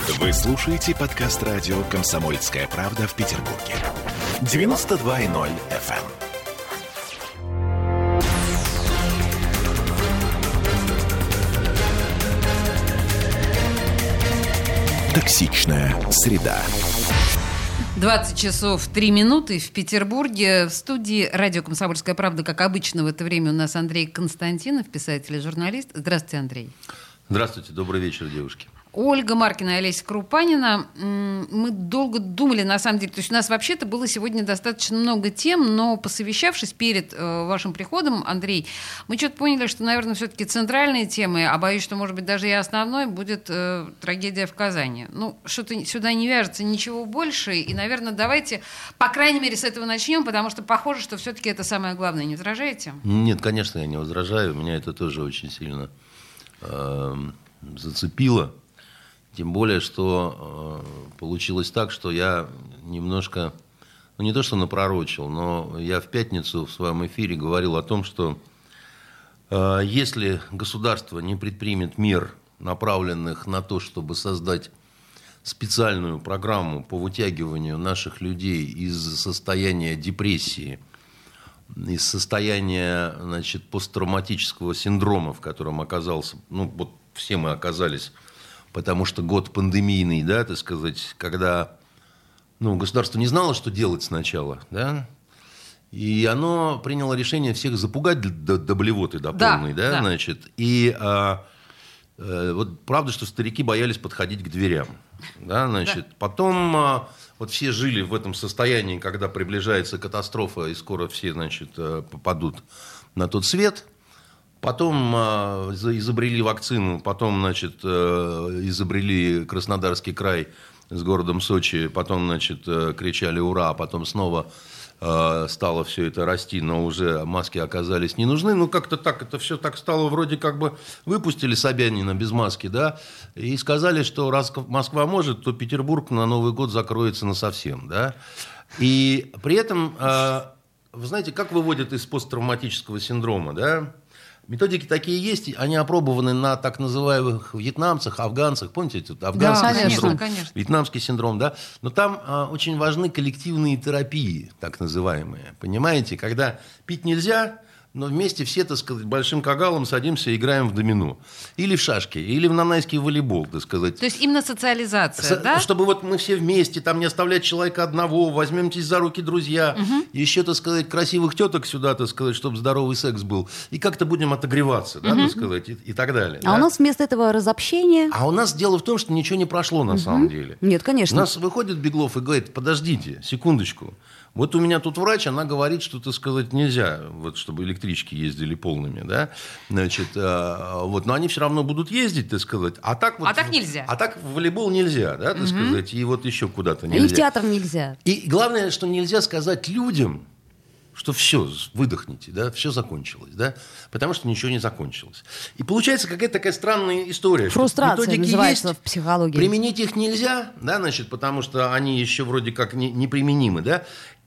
Вы слушаете подкаст радио «Комсомольская правда» в Петербурге. 92.0 FM. Токсичная среда. 20 часов 3 минуты в Петербурге. В студии радио «Комсомольская правда», как обычно, в это время у нас Андрей Константинов, писатель и журналист. Здравствуйте, Андрей. Здравствуйте, добрый вечер, девушки. Ольга Маркина и Олеся Крупанина. Мы долго думали, на самом деле, то есть у нас вообще-то было сегодня достаточно много тем, но посовещавшись перед вашим приходом, Андрей, мы что-то поняли, что, наверное, все-таки центральные темы, а боюсь, что, может быть, даже и основной будет трагедия в Казани. Ну, что-то сюда не вяжется ничего больше, и, наверное, давайте, по крайней мере, с этого начнем, потому что похоже, что все-таки это самое главное. Не возражаете? Нет, конечно, я не возражаю. Меня это тоже очень сильно зацепило. Тем более, что получилось так, что я немножко, ну не то что напророчил, но я в пятницу в своем эфире говорил о том, что если государство не предпримет мер, направленных на то, чтобы создать специальную программу по вытягиванию наших людей из состояния депрессии, из состояния, значит, посттравматического синдрома, в котором оказался, ну вот все мы оказались, потому что год пандемийный, да, так сказать, когда государство не знало, что делать сначала, да, и оно приняло решение всех запугать до блевоты, до полной, да, значит, и вот правда, что старики боялись подходить к дверям, да, значит, потом вот все жили в этом состоянии, когда приближается катастрофа, и скоро все, значит, попадут на тот свет. Потом изобрели вакцину, потом, значит, изобрели Краснодарский край с городом Сочи, потом, значит, кричали «Ура!», потом снова стало все это расти, но уже маски оказались не нужны. Ну, как-то так, это все так стало, вроде как бы выпустили Собянина без маски, да, и сказали, что раз Москва может, то Петербург на Новый год закроется насовсем, да. И при этом, вы знаете, как выводят из посттравматического синдрома, да? Методики такие есть, они опробованы на так называемых вьетнамцах, афганцах. Помните, этот афганский синдром? Конечно. Вьетнамский синдром, да? Но там очень важны коллективные терапии, так называемые. Понимаете, когда пить нельзя, но вместе все, так сказать, большим кагалом садимся и играем в домино. Или в шашки, или в нанайский волейбол, так сказать. То есть именно социализация, да? Чтобы вот мы все вместе, там не оставлять человека одного, возьмемтесь за руки, друзья, еще, так сказать, красивых теток сюда, так сказать, чтобы здоровый секс был, и как-то будем отогреваться, да, так сказать, и так далее. А у нас вместо этого разобщение. А у нас дело в том, что ничего не прошло на самом деле. Нет, конечно. У нас выходит Беглов и говорит: подождите, секундочку. Вот у меня тут врач, она говорит, что, так сказать, нельзя, вот, чтобы электрички ездили полными, да, значит, вот, но они все равно будут ездить, так сказать, а так вот... А так нельзя. А так в волейбол нельзя, да, так сказать, и вот еще куда-то нельзя. И в театр нельзя. И главное, что нельзя сказать людям, что все, выдохните, да, все закончилось, да, потому что ничего не закончилось. И получается какая-то такая странная история. Фрустрация называется есть, в психологии. Применить их нельзя, да, значит, потому что они еще вроде как неприменимы, да.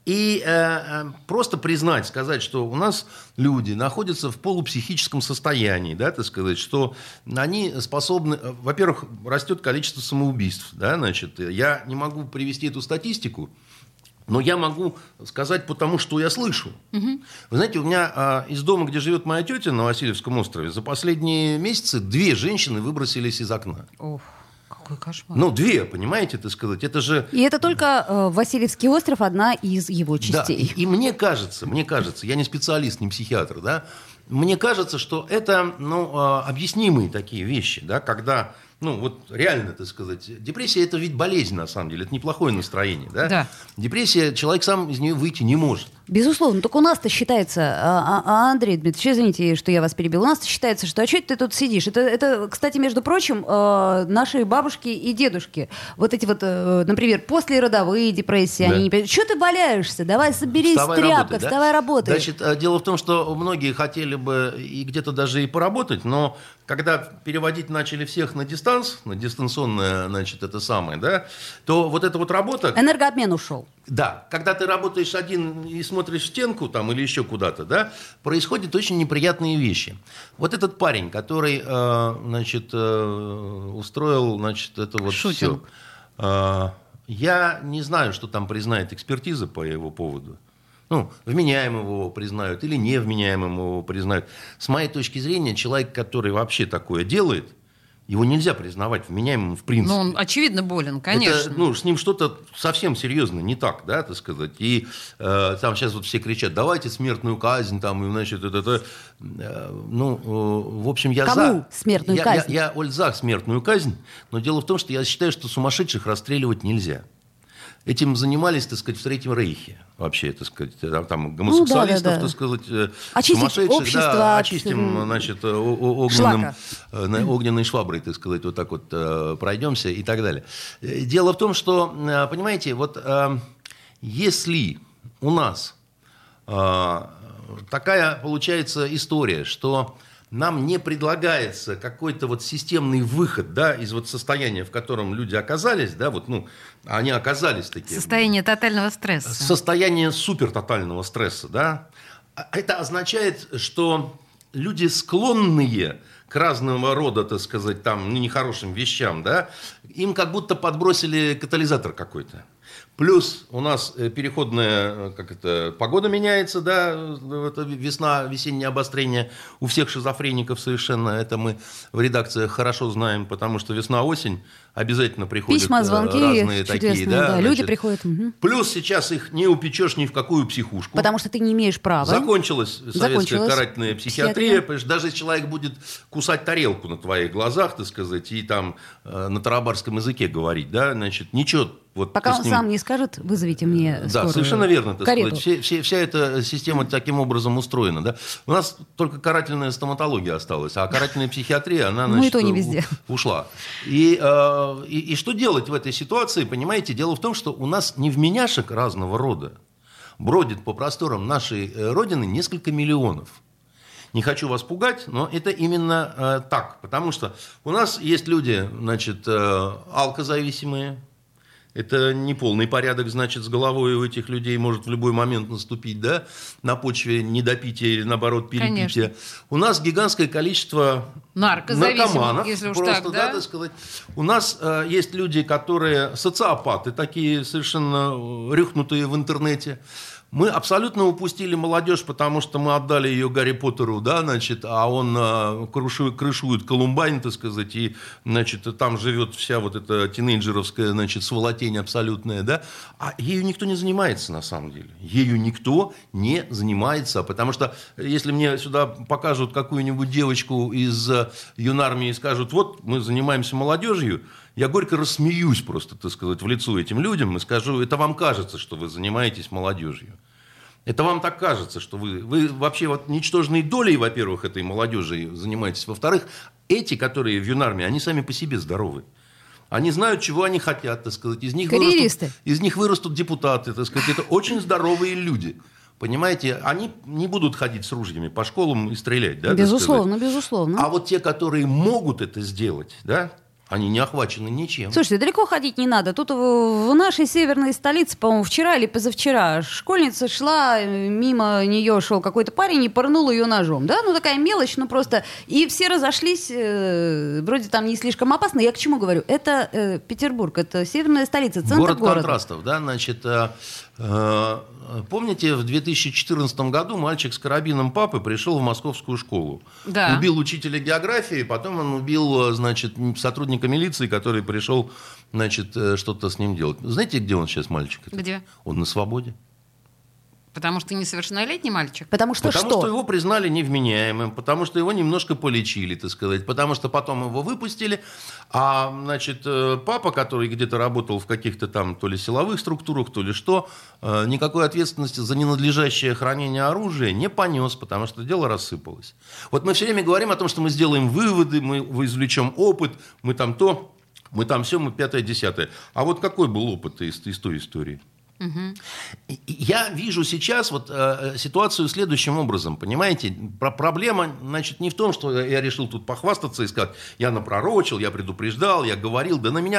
И просто признать, сказать, что у нас люди находятся в полупсихическом состоянии, да, так сказать, что они способны... Во-первых, растет количество самоубийств, да, значит, я не могу привести эту статистику, но я могу сказать потому, что я слышу. Вы знаете, у меня из дома, где живет моя тетя на Васильевском острове, за последние месяцы 2 женщины выбросились из окна. Ох. Какой кошмар. 2, понимаете, так сказать, это же... И это только Васильевский остров, одна из его частей. Да, и мне кажется, я не специалист, не психиатр, да, мне кажется, что это, объяснимые такие вещи, да, когда, вот реально, так сказать, депрессия – это ведь болезнь, на самом деле, это неплохое настроение, да? Да. Депрессия, человек сам из нее выйти не может. Безусловно, только у нас-то считается, Андрей Дмитриевич, извините, что я вас перебил, у нас-то считается, что а что ты тут сидишь? Это, кстати, между прочим, наши бабушки и дедушки, вот эти вот, например, послеродовые депрессии, да. Они не понимают, что ты валяешься, давай соберись в тряпках, вставай работай. Значит, дело в том, что многие хотели бы и где-то даже и поработать, но когда переводить начали всех на дистанционное, значит, это самое, да, то вот эта вот работа... Энергообмен ушел. Да, когда ты работаешь один и смотришь в стенку там, или еще куда-то, да, происходят очень неприятные вещи. Вот этот парень, который, устроил, это вот все. Я не знаю, что там признает экспертиза по его поводу. Вменяемым его признают или невменяемым его признают. С моей точки зрения, человек, который вообще такое делает, его нельзя признавать вменяемым в принципе. Он, очевидно, болен, конечно. Это, с ним что-то совсем серьезно не так, да, так сказать. И там сейчас вот все кричат, давайте смертную казнь, там, и, в общем, я Кому за... смертную казнь? Я, Оль, за смертную казнь, но дело в том, что я считаю, что сумасшедших расстреливать нельзя. Этим занимались, так сказать, в Третьем Рейхе. Вообще, так сказать, там гомосексуалистов, так сказать, сумасшедших, очистим, огненной шваброй, так сказать, вот так вот пройдемся и так далее. Дело в том, что, понимаете, вот если у нас такая получается история, что нам не предлагается какой-то вот системный выход, да, из вот состояния, в котором люди оказались, да, они оказались такие. Состояние тотального стресса. Состояние супертотального стресса, да. Это означает, что люди, склонные к разного рода, так сказать, там, нехорошим вещам, да, им как будто подбросили катализатор какой-то. Плюс у нас переходная погода меняется, да, это весна, весеннее обострение у всех шизофреников совершенно. Это мы в редакциях хорошо знаем, потому что весна-осень обязательно приходят письма, звонки, разные такие. Да, люди приходят. Угу. Плюс сейчас их не упечешь ни в какую психушку. Потому что ты не имеешь права. Закончилась советская карательная психиатрия. Даже если человек будет кусать тарелку на твоих глазах, так сказать, и там на тарабарском языке говорить, да, ничего. Пока он сам не скажет, вызовите мне скорую Да, совершенно верно. Так карету. сказать. Вся эта система таким образом устроена. Да? У нас только карательная стоматология осталась, а карательная психиатрия, она, и то не везде. Ушла. И что делать в этой ситуации, понимаете? Дело в том, что у нас невменяшек разного рода бродит по просторам нашей Родины несколько миллионов. Не хочу вас пугать, но это именно так. Потому что у нас есть люди, алкозависимые. Это неполный порядок, с головой у этих людей может в любой момент наступить, да, на почве недопития или, наоборот, перепития. Конечно. У нас гигантское количество наркоманов, если уж просто, так, да? Так сказать. У нас есть люди, которые социопаты, такие совершенно рюхнутые в интернете. Мы абсолютно упустили молодежь, потому что мы отдали ее Гарри Поттеру, да, а он крышует Колумбайн, так сказать, и, там живет вся вот эта тинейджеровская, сволотень абсолютная, да, а ею никто не занимается, на самом деле. Ею никто не занимается, потому что если мне сюда покажут какую-нибудь девочку из юнармии и скажут, вот, мы занимаемся молодежью, я горько рассмеюсь просто, так сказать, в лицо этим людям и скажу, это вам кажется, что вы занимаетесь молодежью. Это вам так кажется, что вы вообще ничтожной долей, во-первых, этой молодежи занимаетесь. Во-вторых, эти, которые в юнармии, они сами по себе здоровы. Они знают, чего они хотят, так сказать. Из них вырастут депутаты, так сказать. Это очень здоровые люди. Понимаете, они не будут ходить с ружьями по школам и стрелять. Да, безусловно, безусловно. А вот те, которые могут это сделать, да, они не охвачены ничем. Слушайте, далеко ходить не надо. Тут в нашей северной столице, по-моему, вчера или позавчера школьница шла, мимо нее шел какой-то парень и пырнул ее ножом. Да? Такая мелочь, просто. И все разошлись, вроде там не слишком опасно. Я к чему говорю? Это Петербург, это северная столица, центр города. Город контрастов, да, помните, в 2014 году мальчик с карабином папы пришел в московскую школу. Да. Убил учителя географии, потом он убил, сотрудника милиции, который пришел, что-то с ним делать. Знаете, где он сейчас, мальчик? Где? Он на свободе. Потому что несовершеннолетний мальчик? Потому что его признали невменяемым, потому что его немножко полечили, так сказать, потому что потом его выпустили, а, папа, который где-то работал в каких-то там то ли силовых структурах, то ли что, никакой ответственности за ненадлежащее хранение оружия не понес, потому что дело рассыпалось. Вот мы все время говорим о том, что мы сделаем выводы, мы извлечем опыт, мы там то, мы там все, мы пятое-десятое. А вот какой был опыт из той истории? Угу. Я вижу сейчас ситуацию следующим образом, понимаете? Проблема, не в том, что я решил тут похвастаться и сказать, я напророчил, я предупреждал, я говорил, да на меня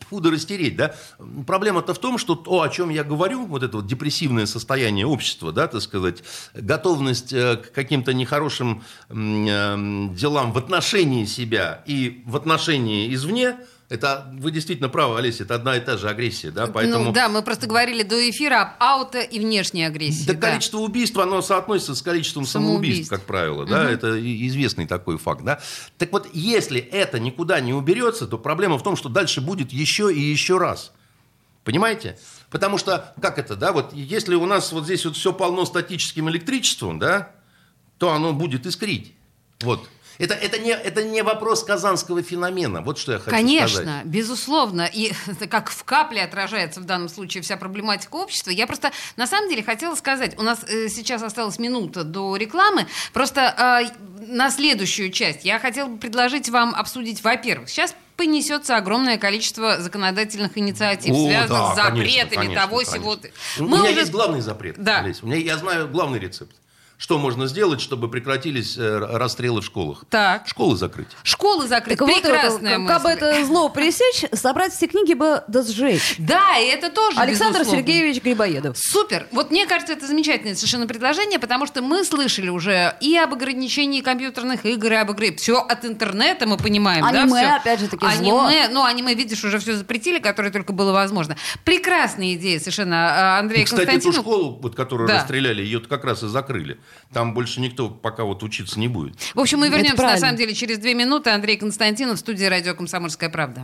пуд растереть, да. Проблема-то в том, что то, о чем я говорю, вот это вот депрессивное состояние общества, да, так сказать, готовность к каким-то нехорошим делам в отношении себя и в отношении извне, это, вы действительно правы, Олеся, это одна и та же агрессия, да, поэтому... Ну да, мы просто говорили до эфира об ауто и внешней агрессии. Да, количество убийств, оно соотносится с количеством самоубийств, как правило, да, это известный такой факт, да. Так вот, если это никуда не уберется, то проблема в том, что дальше будет еще и еще раз. Понимаете? Потому что, как это, да, вот если у нас вот здесь вот все полно статическим электричеством, да, то оно будет искрить, вот. Это не вопрос казанского феномена. Вот что я хочу сказать. Конечно, безусловно. И как в капле отражается в данном случае вся проблематика общества. Я просто на самом деле хотела сказать, у нас сейчас осталась минута до рекламы. Просто на следующую часть я хотела бы предложить вам обсудить, во-первых, сейчас понесется огромное количество законодательных инициатив, связанных с запретами того-сего. У меня есть главный запрет, да. Олесь. Я знаю главный рецепт. Что можно сделать, чтобы прекратились расстрелы в школах? Так. Школы закрыть. Школы закрыть. Так прекрасная мысль. Как бы это зло пресечь, собрать все книги бы да сжечь. Да, и это тоже, Александр безусловно. Сергеевич Грибоедов. Супер. Вот мне кажется, это замечательное совершенно предложение, потому что мы слышали уже и об ограничении компьютерных игр, и об игре. Все от интернета мы понимаем. Аниме, да, опять же таки, зло. Аниме, видишь, уже все запретили, которое только было возможно. Прекрасная идея совершенно, Андрей Константинов. Кстати, эту школу, вот, которую расстреляли, ее как раз и закрыли. Там больше никто пока вот учиться не будет. В общем, мы вернемся, на самом деле, через 2 минуты. Андрей Константинов в студии радио «Комсомольская правда».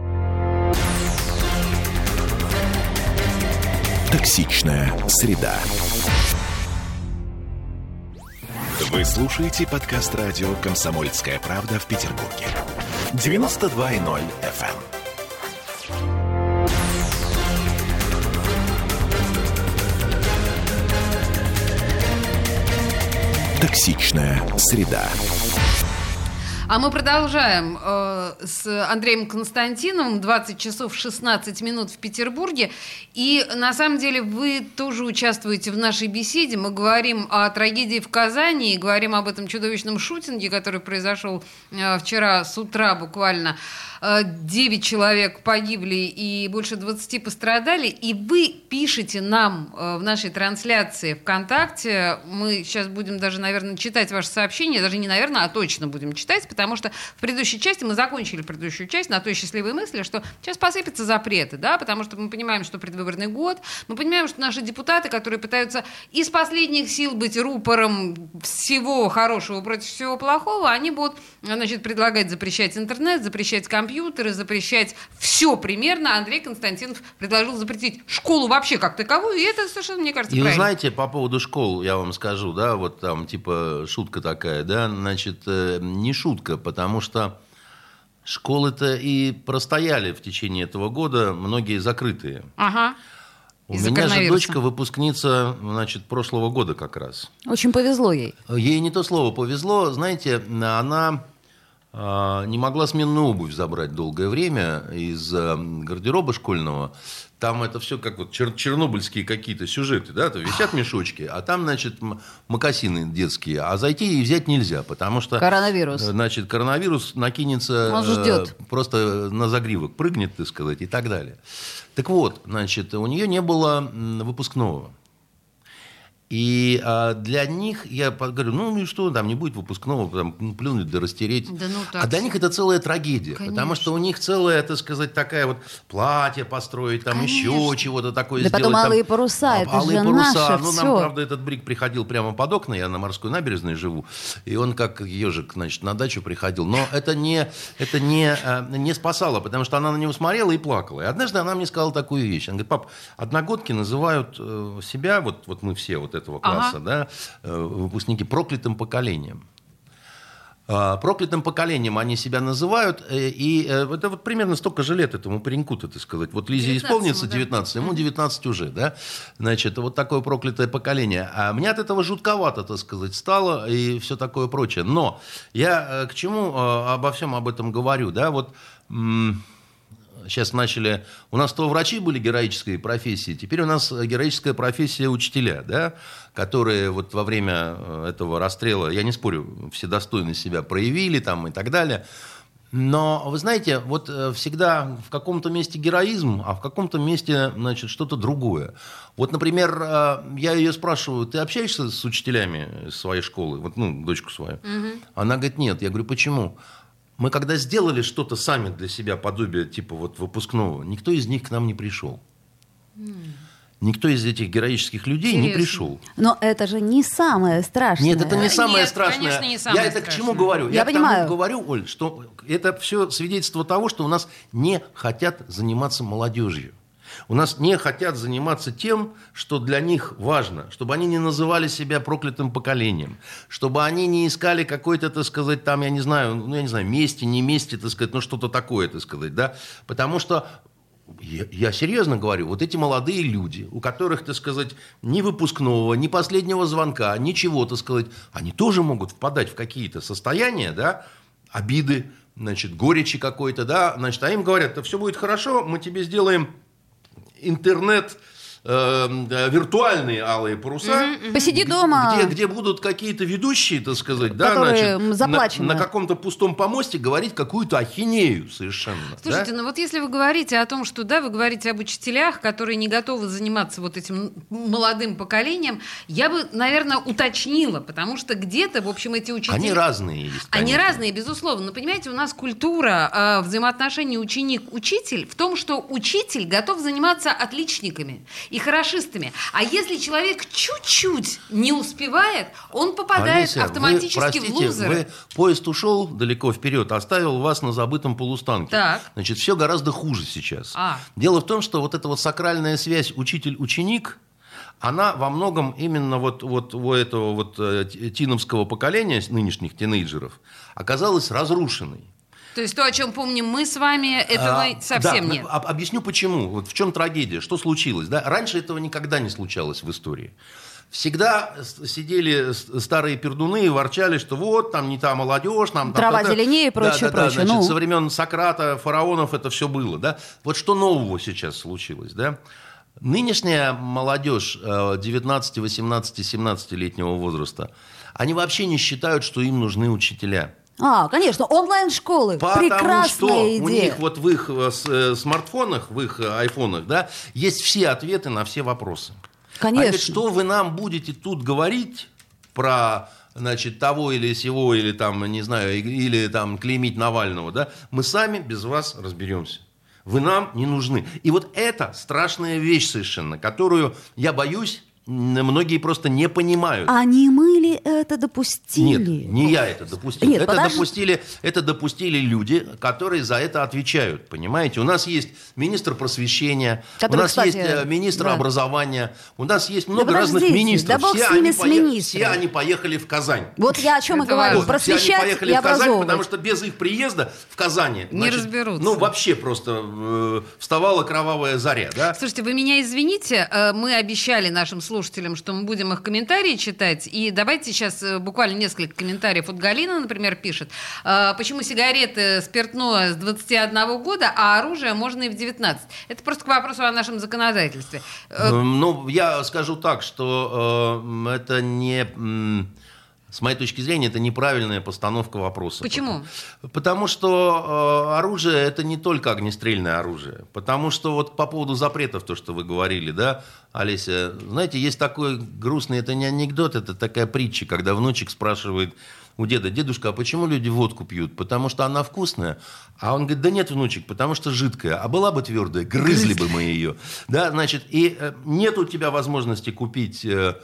Токсичная среда. Вы слушаете подкаст радио «Комсомольская правда» в Петербурге. 92.0 FM. Токсичная среда. А мы продолжаем с Андреем Константиновым. 20 часов 16 минут в Петербурге. И на самом деле вы тоже участвуете в нашей беседе. Мы говорим о трагедии в Казани и говорим об этом чудовищном шутинге, который произошел вчера с утра буквально. 9 человек погибли и больше 20 пострадали. И вы пишете нам в нашей трансляции ВКонтакте. Мы сейчас будем даже, наверное, читать ваши сообщения. Даже не наверное, а точно будем читать, потому что в предыдущей части мы закончили предыдущую часть на той счастливой мысли, что сейчас посыпятся запреты, да, потому что мы понимаем, что предвыборный год, мы понимаем, что наши депутаты, которые пытаются из последних сил быть рупором всего хорошего против всего плохого, они будут, значит, предлагать запрещать интернет, запрещать компьютеры, запрещать все примерно. Андрей Константинов предложил запретить школу вообще как таковую, и это совершенно, мне кажется, правильно. И вы знаете, по поводу школ, я вам скажу, да, вот там типа шутка такая, да, значит, не шутка, потому что школы-то и простояли в течение этого года, многие закрытые. Ага. У меня же дочка выпускница, значит, прошлого года как раз. Очень повезло ей. Ей не то слово повезло, знаете, она не могла сменную обувь забрать долгое время из гардероба школьного. Там это все как вот чернобыльские какие-то сюжеты, да, то висят мешочки, а там, значит, мокасины детские, а зайти и взять нельзя, потому что... Коронавирус. Значит, коронавирус накинется, просто на загривок прыгнет, так сказать, и так далее. Так вот, значит, у нее не было выпускного. И для них, я говорю, ну и что, там не будет выпускного, там, плюнуть да растереть. Да, ну, так. А для них это целая трагедия, конечно. Потому что у них целая, так сказать, такая вот платье построить, там еще чего-то такое да сделать. Потом там, алые паруса, это алые же паруса. наше Ну, все. нам, правда, этот брик приходил прямо под окна, я на Морской набережной живу, и он как ежик, значит, на дачу приходил. Но это не спасало, потому что она на него смотрела и плакала. И однажды она мне сказала такую вещь. Она говорит, пап, одногодки называют себя, вот мы все вот этого класса, да, выпускники, проклятым поколением. Проклятым поколением они себя называют, и это вот примерно столько же лет этому пареньку-то, так сказать. Вот Лизе исполнится 19, ему 19 уже, да. Значит, вот такое проклятое поколение. А мне от этого жутковато, так сказать, стало и все такое прочее. Но я к чему обо всем об этом говорю, да, вот... Сейчас начали... У нас то врачи были героической профессии, теперь у нас героическая профессия учителя, да, которые вот во время этого расстрела, я не спорю, все достойно себя проявили там и так далее. Но, вы знаете, вот всегда в каком-то месте героизм, а в каком-то месте, значит, что-то другое. Вот, например, я ее спрашиваю, ты общаешься с учителями своей школы, вот, ну, дочку свою? Она говорит, нет. Я говорю, почему? Мы когда сделали что-то сами для себя, подобие типа вот выпускного, никто из них к нам не пришел. Никто из этих героических людей не пришел. Но это же не самое страшное. Нет, это не самое страшное. Конечно, не самое Я это страшное. к чему говорю? Я понимаю. к тому говорю, Оль, что это все свидетельство того, что у нас не хотят заниматься молодежью. У нас не хотят заниматься тем, что для них важно, чтобы они не называли себя проклятым поколением, чтобы они не искали какой-то, так сказать, там, я не знаю, мести, не мести, так сказать, ну что-то такое, так сказать, да, потому что я серьезно говорю, вот эти молодые люди, у которых, так сказать, ни выпускного, ни последнего звонка, ничего, так сказать, они тоже могут впадать в какие-то состояния, да, обиды, значит, горечи какой-то, да, значит, а им говорят, да все будет хорошо, мы тебе сделаем интернет, виртуальные алые паруса. Посиди дома. Где будут какие-то ведущие, так сказать, да, которые значит, заплачены. на каком-то пустом помосте говорить какую-то ахинею совершенно. Слушайте, да? ну вот если вы говорите о том, что, да, вы говорите об учителях, которые не готовы заниматься вот этим молодым поколением, я бы, наверное, уточнила, потому что где-то, в общем, эти учителя... Они разные есть, Они конечно. разные, безусловно. Но, понимаете, у нас культура взаимоотношений ученик-учитель в том, что учитель готов заниматься отличниками и хорошистами. А если человек чуть-чуть не успевает, он попадает Алися, автоматически в лузеры. Поезд ушел далеко вперед, оставил вас на забытом полустанке. Так. Значит, все гораздо хуже сейчас. А. Дело в том, что вот эта вот сакральная связь учитель-ученик, она во многом именно вот у этого вот тиновского поколения, нынешних тинейджеров, оказалась разрушенной. То есть то, о чем помним мы с вами, этого совсем нет. Объясню почему. Вот в чем трагедия, что случилось. Да? Раньше этого никогда не случалось в истории. Всегда сидели старые пердуны и ворчали, что вот, там не та молодежь. Нам, трава зеленее и прочее, прочее. Значит, со времен Сократа, фараонов это все было. Да? Вот что нового сейчас случилось. Да? Нынешняя молодежь 19, 18, 17-летнего возраста, они вообще не считают, что им нужны учителя. Конечно, онлайн-школы. Потому Прекрасная что идея. у них вот в их смартфонах, в их айфонах, да, есть все ответы на все вопросы. Конечно. А говорит, что вы нам будете тут говорить про, значит, того или сего, или там, не знаю, или там клеймить Навального, да, мы сами без вас разберемся. Вы нам не нужны. И вот это страшная вещь совершенно, которую, я боюсь, многие просто не понимают. А не мы ли это допустили? Нет, не я это допустил. Нет, это допустили люди, которые за это отвечают, понимаете? У нас есть министр просвещения, Который, у нас кстати, есть министр да. образования, у нас есть много разных подождите, министров. да бог с ними, с министрами. Все они поехали в Казань. Вот я о чем и Это говорю. важно. Все они Просвещать поехали и в Казань, образовывать. потому что без их приезда в Казани Не разберутся. Ну, вообще просто вставала кровавая заря, да? Слушайте, вы меня извините, мы обещали нашим слушателям, что мы будем их комментарии читать, и давайте сейчас буквально несколько комментариев. Вот Галина, например, пишет, почему сигареты, спиртное с 21 года, а оружие можно и в 19. Это просто к вопросу о нашем законодательстве. Ну, я скажу так, что это не... С моей точки зрения, это неправильная постановка вопроса. Почему? Потому что оружие – это не только огнестрельное оружие. Потому что вот по поводу запретов, то, что вы говорили, да, Олеся, знаете, есть такой грустный, это не анекдот, это такая притча, когда внучек спрашивает у деда: дедушка, а почему люди водку пьют? Потому что она вкусная. А он говорит: да нет, внучек, потому что жидкая. А была бы твердая, грызли бы мы ее. Да, значит, и нет у тебя возможности купить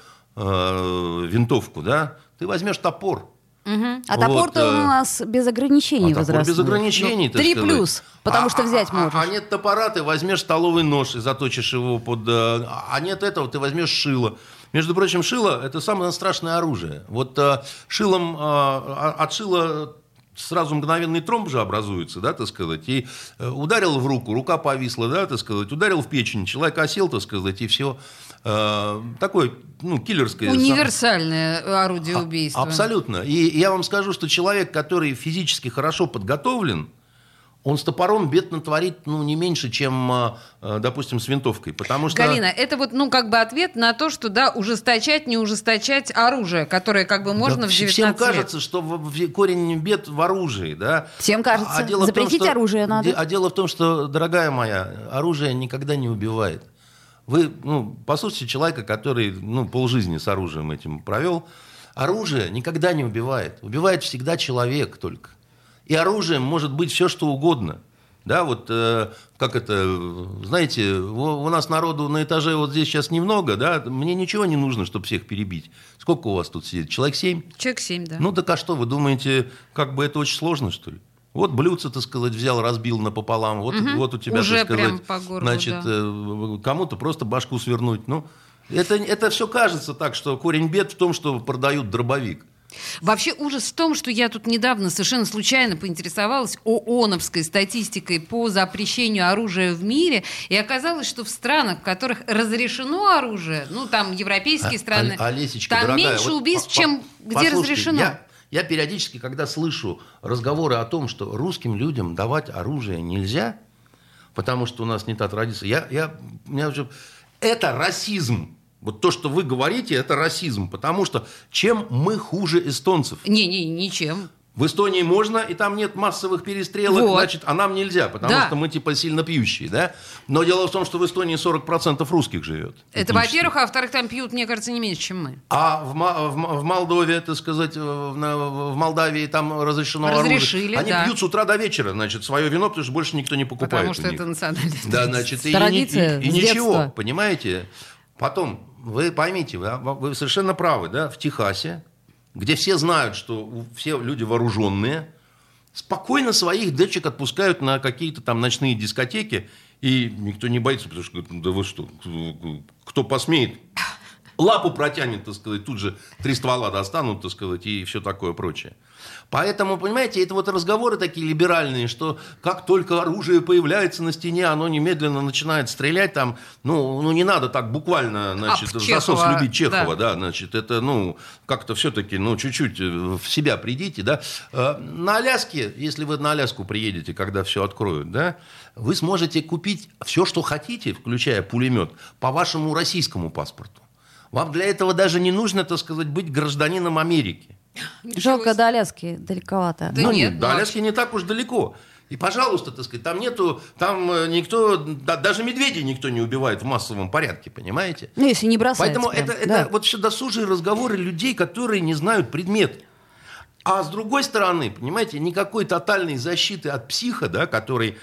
винтовку, да? Ты возьмешь топор. А топор-то у нас без ограничений возрастных. Без ограничений, так 3+, потому что взять можешь. А нет топора, ты возьмешь столовый нож и заточишь его под... А нет этого, ты возьмешь шило. Между прочим, шило – это самое страшное оружие. Вот шилом, от шила сразу мгновенный тромб же образуется, да, так сказать, и ударил в руку, рука повисла, да, так сказать, ударил в печень, человек осел, так сказать, и все. Такое, ну, киллерское. Универсальное орудие убийства. Абсолютно. И я вам скажу, что человек, который физически хорошо подготовлен, он с топором бед натворит, не меньше, чем, допустим, с винтовкой. Потому что... Галина, это вот, ответ на то, что, ужесточать, не ужесточать оружие, которое можно в 19 всем лет. кажется, что корень бед в оружии, да? Всем кажется. Запретить оружие надо. А дело в том, что, дорогая моя, оружие никогда не убивает. Вы, послушайте человека, который, полжизни с оружием этим провел. Оружие никогда не убивает. Убивает всегда человек только. И оружием может быть все, что угодно. Да, знаете, у нас народу на этаже вот здесь сейчас немного, да, мне ничего не нужно, чтобы всех перебить. Сколько у вас тут сидит? Человек 7? Человек 7, да. Так а что, вы думаете, это очень сложно, что ли? Вот блюдце, так сказать, взял, разбил напополам, вот у тебя, уже так сказать, прям по горлу, кому-то просто башку свернуть. Это все кажется так, что корень бед в том, что продают дробовик. Вообще ужас в том, что я тут недавно совершенно случайно поинтересовалась ООНовской статистикой по запрещению оружия в мире, и оказалось, что в странах, в которых разрешено оружие, там европейские страны, Олесечка, там дорогая, меньше убийств, чем где разрешено. Я периодически, когда слышу разговоры о том, что русским людям давать оружие нельзя, потому что у нас не та традиция, это расизм. Вот то, что вы говорите, это расизм. Потому что чем мы хуже эстонцев? Ничем. В Эстонии можно, и там нет массовых перестрелок, значит, а нам нельзя, потому что мы сильно пьющие, да? Но дело в том, что в Эстонии 40% русских живет. Это, во-первых, а во-вторых, там пьют, мне кажется, не меньше, чем мы. А в Молдове, так сказать, в Молдавии там разрешено оружие. Они пьют с утра до вечера, значит, свое вино, потому что больше никто не покупает. Потому что это национальная традиция. Да, значит, традиция и ничего, понимаете? Потом, вы поймите, вы совершенно правы, да, в Техасе, где все знают, что все люди вооруженные, спокойно своих дочек отпускают на какие-то там ночные дискотеки, и никто не боится, потому что, да вы что, кто посмеет, лапу протянет, так сказать, тут же 3 ствола достанут, так сказать, и все такое прочее. Поэтому, понимаете, это разговоры такие либеральные, что как только оружие появляется на стене, оно немедленно начинает стрелять там, не надо так буквально, значит, в засос любить Чехова, да, значит, это, как-то все-таки, чуть-чуть в себя придите, да. На Аляске, если вы на Аляску приедете, когда все откроют, да, вы сможете купить все, что хотите, включая пулемет, по вашему российскому паспорту. Вам для этого даже не нужно, так сказать, быть гражданином Америки. Жалко, до Аляски далековато. Да нет, до Аляски не так уж далеко. И, пожалуйста, так сказать, там никто, даже медведей никто не убивает в массовом порядке, понимаете? Если не бросается. Поэтому это все досужие разговоры людей, которые не знают предмет. А с другой стороны, понимаете, никакой тотальной защиты от психа, да, который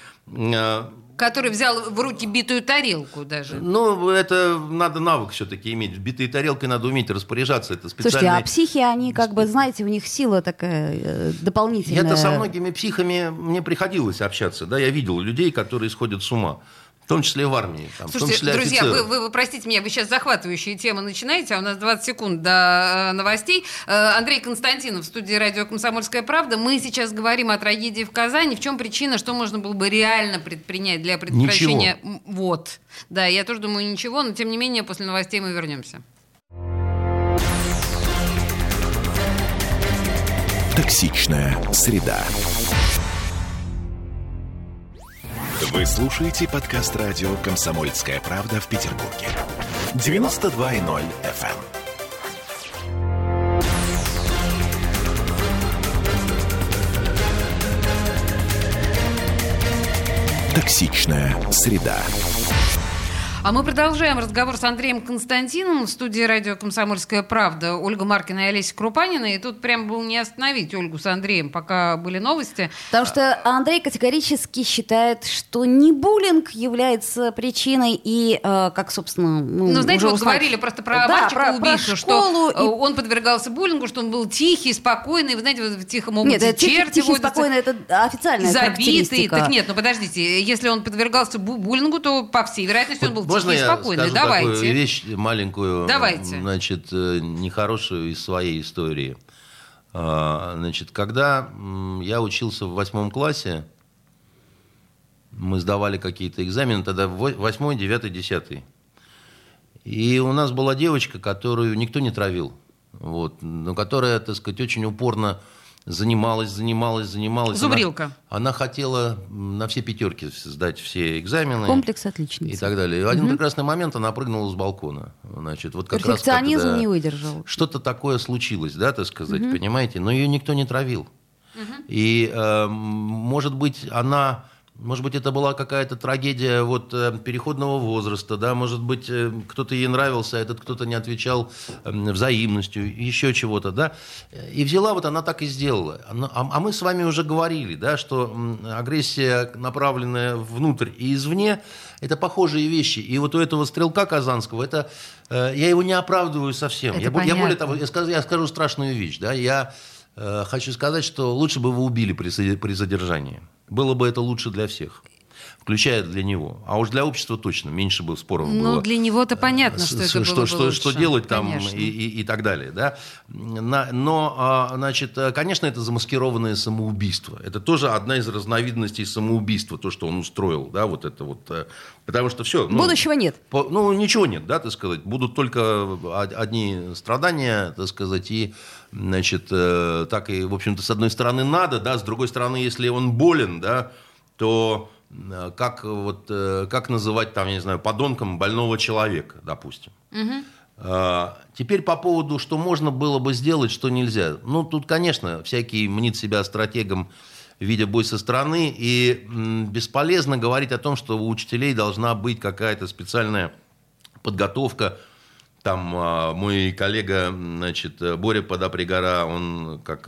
взял в руки битую тарелку даже. Это надо навык все-таки иметь. Битой тарелкой надо уметь распоряжаться. Это специальные... Слушайте, а психи, они знаете, у них сила такая дополнительная. Я-то со многими психами мне приходилось общаться. Да, я видел людей, которые сходят с ума. В том числе в армии. Слушайте, в том числе друзья, офицеры. вы простите меня, вы сейчас захватывающие темы начинаете, а у нас 20 секунд до новостей. Андрей Константинов в студии радио «Комсомольская правда». Мы сейчас говорим о трагедии в Казани. В чем причина, что можно было бы реально предпринять для предотвращения? Ничего. Да, я тоже думаю, ничего, но тем не менее после новостей мы вернемся. Токсичная среда. Вы слушаете подкаст радио «Комсомольская правда» в Петербурге. 92.0 FM. Токсичная среда. А мы продолжаем разговор с Андреем Константиновым в студии радио «Комсомольская правда». Ольга Маркина и Олеся Крупанина. И тут прям было не остановить Ольгу с Андреем, пока были новости. Потому что Андрей категорически считает, что не буллинг является причиной и, как, собственно... знаете, говорили просто про мальчика-убийцу, что он подвергался буллингу, что он был тихий, спокойный. Вы знаете, в тихом омуте черти тихий, спокойный, это официальная характеристика. Так нет, подождите. Если он подвергался буллингу, то, по всей вероятности, он был можно тихий и спокойный. Я скажу такую вещь маленькую, значит, нехорошую из своей истории. Значит, когда я учился в 8 классе, мы сдавали какие-то экзамены, тогда 8, 9, 10. И у нас была девочка, которую никто не травил, но которая, так сказать, очень упорно занималась. Зубрилка. Она хотела на все 5 сдать все экзамены. Комплекс отличницы. И так далее. И в один прекрасный момент она прыгнула с балкона. Значит, вот как раз перфекционизм не выдержал. Что-то такое случилось, да, так сказать, понимаете? Но ее никто не травил. И, может быть, это была какая-то трагедия вот переходного возраста, да, может быть, кто-то ей нравился, а этот кто-то не отвечал взаимностью, еще чего-то, да. И взяла, вот она так и сделала. А мы с вами уже говорили, да, что агрессия, направленная внутрь и извне, это похожие вещи. И вот у этого стрелка казанского, это, я его не оправдываю совсем. Я более того, я скажу страшную вещь, да, я хочу сказать, что лучше бы вы убили при задержании. Было бы это лучше для всех, включая для него. А уж для общества точно, меньше бы споров было. Ну, для него-то понятно, что это было бы лучше. Что делать там и так далее. Да? Но, значит, конечно, это замаскированное самоубийство. Это тоже одна из разновидностей самоубийства, то, что он устроил. Да? Вот это вот, потому что все... Будущего нет. Ничего нет, да, так сказать. Будут только одни страдания, так сказать, и... Значит, так и, в общем-то, с одной стороны надо, да, с другой стороны, если он болен, да, то как называть, там, я не знаю, подонком больного человека, допустим. Теперь по поводу, что можно было бы сделать, что нельзя. Ну, тут, конечно, всякий мнит себя стратегом, видя бой со стороны, и бесполезно говорить о том, что у учителей должна быть какая-то специальная подготовка. Там мой коллега, значит, Боря Подапригора, он как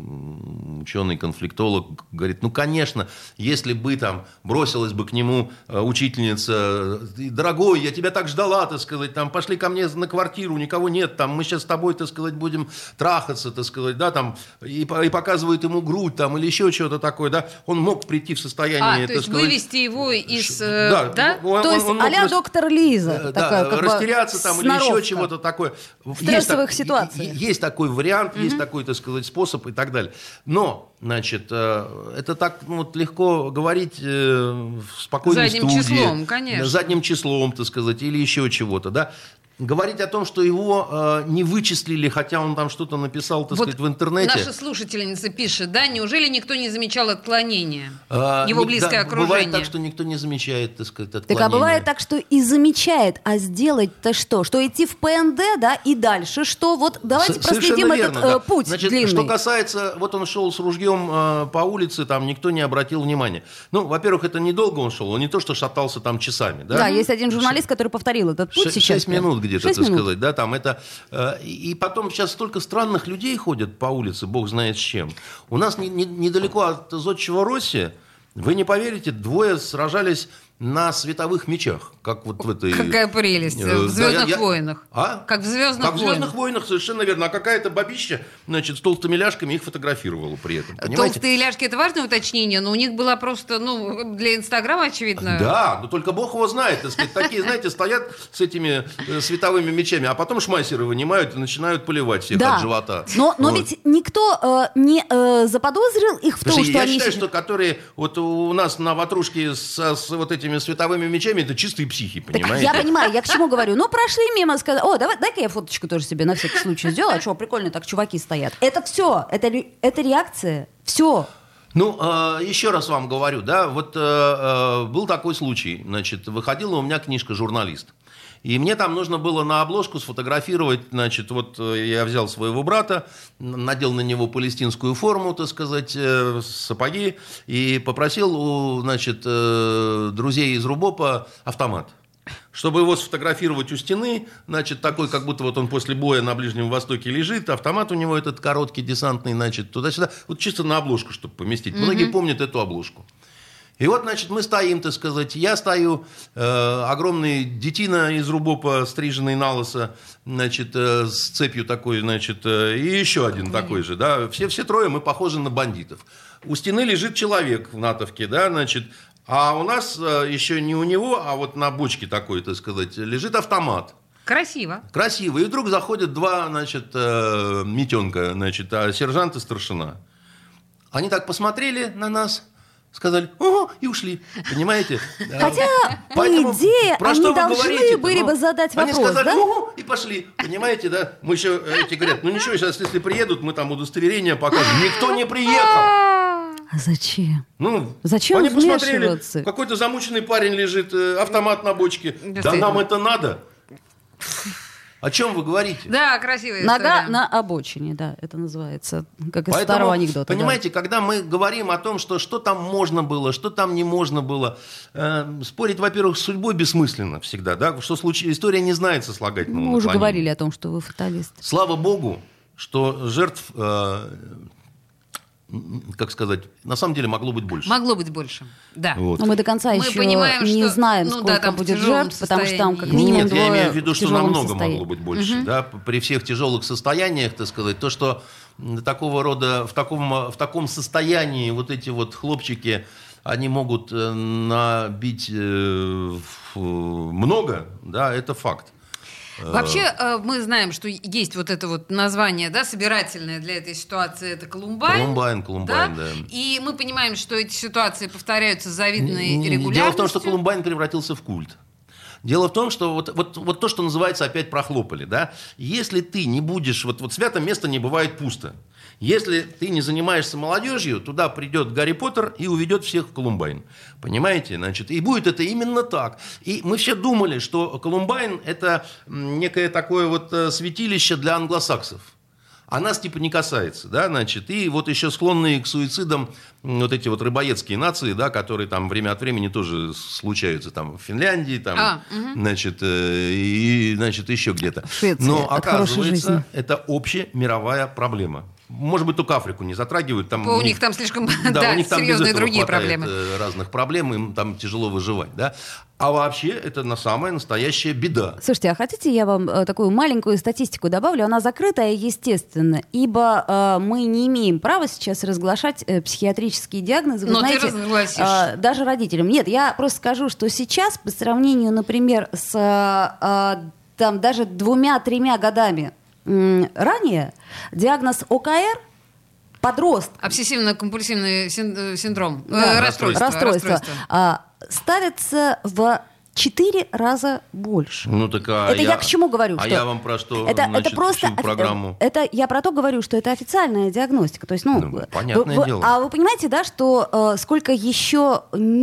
ученый-конфликтолог говорит, ну, конечно, если бы там бросилась бы к нему учительница, дорогой, я тебя так ждала, так сказать, там, пошли ко мне на квартиру, никого нет, там, мы сейчас с тобой, так сказать, будем трахаться, так сказать, да, там, и показывает ему грудь, там, или еще что-то такое, да, он мог прийти в состояние, то есть сказать, вывести его из... Да? То есть а-ля доктор Лиза. Да, растеряться там, или еще чего-то такое. В стрессовых ситуациях. Есть такой вариант, есть такой, так сказать, способ и так далее. Но, значит, это так вот легко говорить в спокойной задним студии. Числом, конечно. Задним числом, так сказать, или еще чего-то, да. Говорить о том, что его не вычислили, хотя он там что-то написал, так сказать, в интернете. Наша слушательница пишет, да, неужели никто не замечал отклонения? Его близкое окружение. Бывает так, что никто не замечает, так сказать, отклонения. Так, а бывает так, что и замечает, а сделать-то что? Что идти в ПНД, да, и дальше что? Вот давайте проследим этот путь. Значит, длинный. что касается, вот он шел с ружьем по улице, там никто не обратил внимания. Ну, во-первых, это недолго он шел, он не то, что шатался там часами. Да, есть один журналист, который повторил этот путь сейчас. 6 минут где-то, так сказать, да, там это... И потом сейчас столько странных людей ходят по улице, бог знает с чем. У нас недалеко от Зодчего Росси, вы не поверите, 2 сражались на световых мечах, как вот в этой... Какая прелесть, в «Звездных войнах». А? Как в «Звездных войнах», совершенно верно. А какая-то бабища, значит, с толстыми ляжками их фотографировала при этом, понимаете? Толстые ляжки – это важное уточнение, но у них была просто, для Инстаграма, очевидно. Да, но только бог его знает, так сказать. Такие, знаете, стоят с этими световыми мечами, а потом шмайсеры вынимают и начинают поливать всех от живота. Но ведь никто не заподозрил их в том, что я они... считаю, что которые вот у нас на ватрушке с вот этими световыми мечами, это чистые психи, понимаете? Так я понимаю, я к чему говорю. Прошли мимо, сказали, дай-ка я фоточку тоже себе на всякий случай сделаю, а что, прикольно так чуваки стоят. Это все, это реакция, все. Еще раз вам говорю, да, вот был такой случай, значит, выходила у меня книжка «Журналист». И мне там нужно было на обложку сфотографировать, значит, вот я взял своего брата, надел на него палестинскую форму, так сказать, сапоги, и попросил у, значит, друзей из РУБОПа автомат. Чтобы его сфотографировать у стены, значит, такой, как будто вот он после боя на Ближнем Востоке лежит, автомат у него этот короткий, десантный, значит, туда-сюда, вот чисто на обложку, чтобы поместить. Многие помнят эту обложку. И вот, значит, мы стоим, так сказать, я стою, огромный детина из РУБОПа, стриженный на лысо, значит, с цепью такой, значит, и еще один такой же, да, все 3 мы похожи на бандитов. У стены лежит человек в натовке, да, значит, а у нас еще не у него, а вот на бочке такой, так сказать, лежит автомат. Красиво. Красиво. И вдруг заходят 2, значит, митенка, значит, сержант и старшина. Они так посмотрели на нас, сказали, ого, и ушли. Понимаете? Хотя, по идее, они должны были бы задать вопрос, они сказали, да? ого, и пошли. Понимаете, да? Мы еще, эти говорят, ну ничего, сейчас, если приедут, мы там удостоверение покажем. Никто не приехал. А зачем? Ну, зачем они посмотрели, вмешиваться? какой-то замученный парень лежит, автомат на бочке. Да нам это надо. О чем вы говорите? Да, красивая Нога история. на обочине, да, это называется, как из Поэтому, старого анекдота. понимаете, когда мы говорим о том, что там можно было, что там не можно было, спорить, во-первых, с судьбой бессмысленно всегда, да, что история не знает сослагательного Мы уже наклонения. говорили о том, что вы фаталист. Слава богу, что жертв, как сказать, на самом деле могло быть больше. Могло быть больше, да. Вот. Но мы до конца Мы еще понимаем, не что, знаем, ну сколько да, там в будет тяжелом жертв, потому что там как состоянии. минимум Нет, я двое имею в виду, в что тяжелом намного состоянии. могло быть больше. Да? При всех тяжелых состояниях, так сказать, то, что такого рода, в таком состоянии вот эти вот хлопчики, они могут набить много, да, это факт. Вообще, мы знаем, что есть вот это вот название, да, собирательное для этой ситуации, это Колумбайн. Колумбайн, да. И мы понимаем, что эти ситуации повторяются с завидной регулярностью. Дело в том, что Колумбайн превратился в культ. Дело в том, что вот то, что называется, опять прохлопали, да, если ты не будешь, вот свято место не бывает пусто. Если ты не занимаешься молодежью, туда придет Гарри Поттер и уведет всех в Колумбайн. Понимаете? Значит, и будет это именно так. И мы все думали, что Колумбайн – это некое такое вот святилище для англосаксов. А нас типа не касается, да, значит, и вот еще склонные к суицидам вот эти вот рыбоедские нации, да, которые там время от времени тоже случаются, там в Финляндии, там, значит, и, значит, еще где-то. Швеция, но от хорошей жизни. оказывается, это общемировая проблема. Может быть, только Африку не затрагивают. Там У них там слишком да, у них там без серьезные этого другие хватает проблемы. разных проблем, им там тяжело выживать, да. А вообще это самая настоящая беда. Слушайте, а хотите, я вам такую маленькую статистику добавлю? Она закрытая, естественно, ибо мы не имеем права сейчас разглашать психиатрические диагнозы. Вы Но знаете, ты разгласишь. даже родителям. Нет, я просто скажу, что сейчас, по сравнению, например, с там, даже 2-3 годами ранее, диагноз ОКР подростка. Обсессивно-компульсивный синдром. Да. Расстройство. Ставится в 4 раза больше. Ну, так, это я к чему говорю? А что я вам про что, это просто всю программу? Это я про то говорю, что это официальная диагностика. То есть, понятное дело. А вы понимаете, да, что сколько еще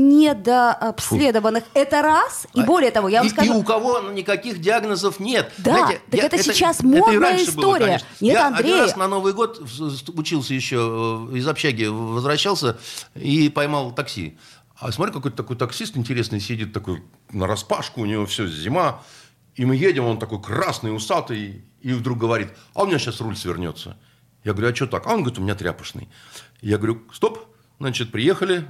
недообследованных? Это раз. И более того, я вам скажу... И у кого никаких диагнозов нет. Да, знаете, так это сейчас это и модная раньше было, история. конечно. Нет, я Андрей. один раз на Новый год учился еще из общаги, возвращался и поймал такси. А смотри, какой-то такой таксист интересный сидит, такой нараспашку, у него все зима. И мы едем, он такой красный, усатый, и вдруг говорит, а у меня сейчас руль свернется. Я говорю, а что так? А он говорит, у меня тряпочный. Я говорю, стоп, значит, приехали,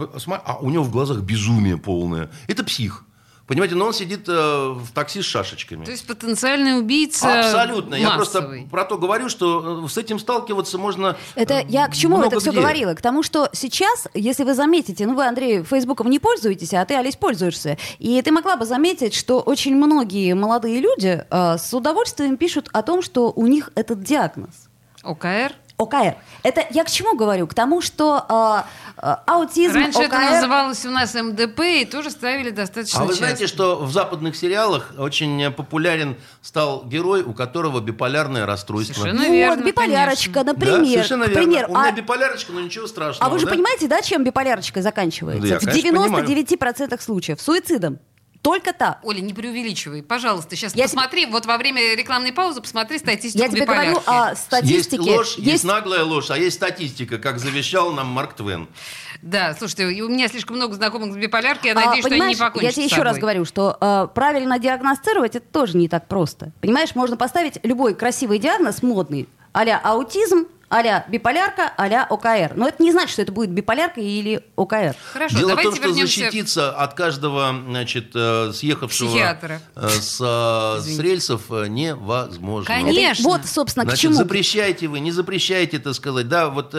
а у него в глазах безумие полное. Это псих. Понимаете, но он сидит в такси с шашечками. То есть потенциальный убийца Абсолютно. Я массовый. просто про то говорю, что с этим сталкиваться можно. Это я к чему много это все где. говорила? К тому, что сейчас, если вы заметите, вы, Андрей, Фейсбуком не пользуетесь, а ты, Олесь, пользуешься. И ты могла бы заметить, что очень многие молодые люди с удовольствием пишут о том, что у них этот диагноз. ОКР? ОКР. Это я к чему говорю? К тому, что аутизм, Раньше ОКР... это называлось у нас МДП, и тоже ставили достаточно А вы часто. знаете, что в западных сериалах очень популярен стал герой, у которого биполярное расстройство. Совершенно Вот, верно, биполярочка, конечно. Да, например. совершенно к верно. примеру. У меня биполярочка, но ничего страшного. А вы же да? понимаете, да, чем биполярочка заканчивается? Да, я, в конечно, 99% случаев. Суицидом. Только так. Оля, не преувеличивай, пожалуйста. Сейчас Я посмотри, вот во время рекламной паузы посмотри статистику Я тебе биполярки. говорю о Есть статистике. ложь, есть наглая ложь, а есть статистика, как завещал нам Марк Твен. Да, слушайте, у меня слишком много знакомых с биполяркой, я надеюсь, что они не покончат я тебе с еще раз собой. говорю, что правильно диагностировать это тоже не так просто. Понимаешь, можно поставить любой красивый диагноз, модный, а-ля аутизм, а-ля биполярка, а-ля ОКР. Но это не значит, что это будет биполярка или ОКР. Хорошо, Дело в давайте том, что вернемся... защититься от каждого, значит, съехавшего Психиатра. с рельсов невозможно. Конечно. Это вот, собственно, Значит, к чему. запрещайте вы, не запрещайте, так сказать, да, вот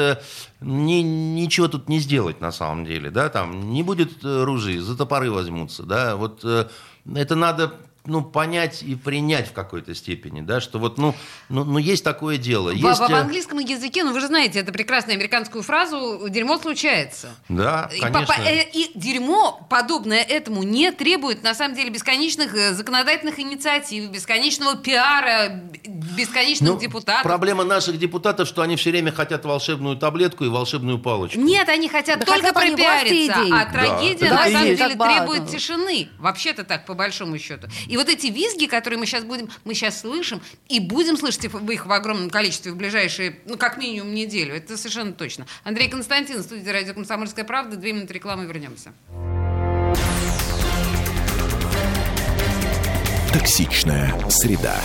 ничего тут не сделать на самом деле, да, там не будет ружей, за топоры возьмутся, да, вот это надо понять и принять в какой-то степени, да, что вот, есть такое дело. В английском языке, вы же знаете, это прекрасную американскую фразу «дерьмо случается». Да, конечно. И дерьмо, подобное этому, не требует, на самом деле, бесконечных законодательных инициатив, бесконечного пиара, бесконечных депутатов. Проблема наших депутатов, что они все время хотят волшебную таблетку и волшебную палочку. Нет, они хотят только пропиариться, а трагедия, на самом деле, требует тишины. Вообще-то так, по большому счету. И вот эти визги, которые мы сейчас слышим, и будем слышать их в огромном количестве в ближайшие, как минимум, неделю. Это совершенно точно. Андрей Константин, студия «Радио Комсомольская правда». 2 минуты рекламы, вернемся. Токсичная среда.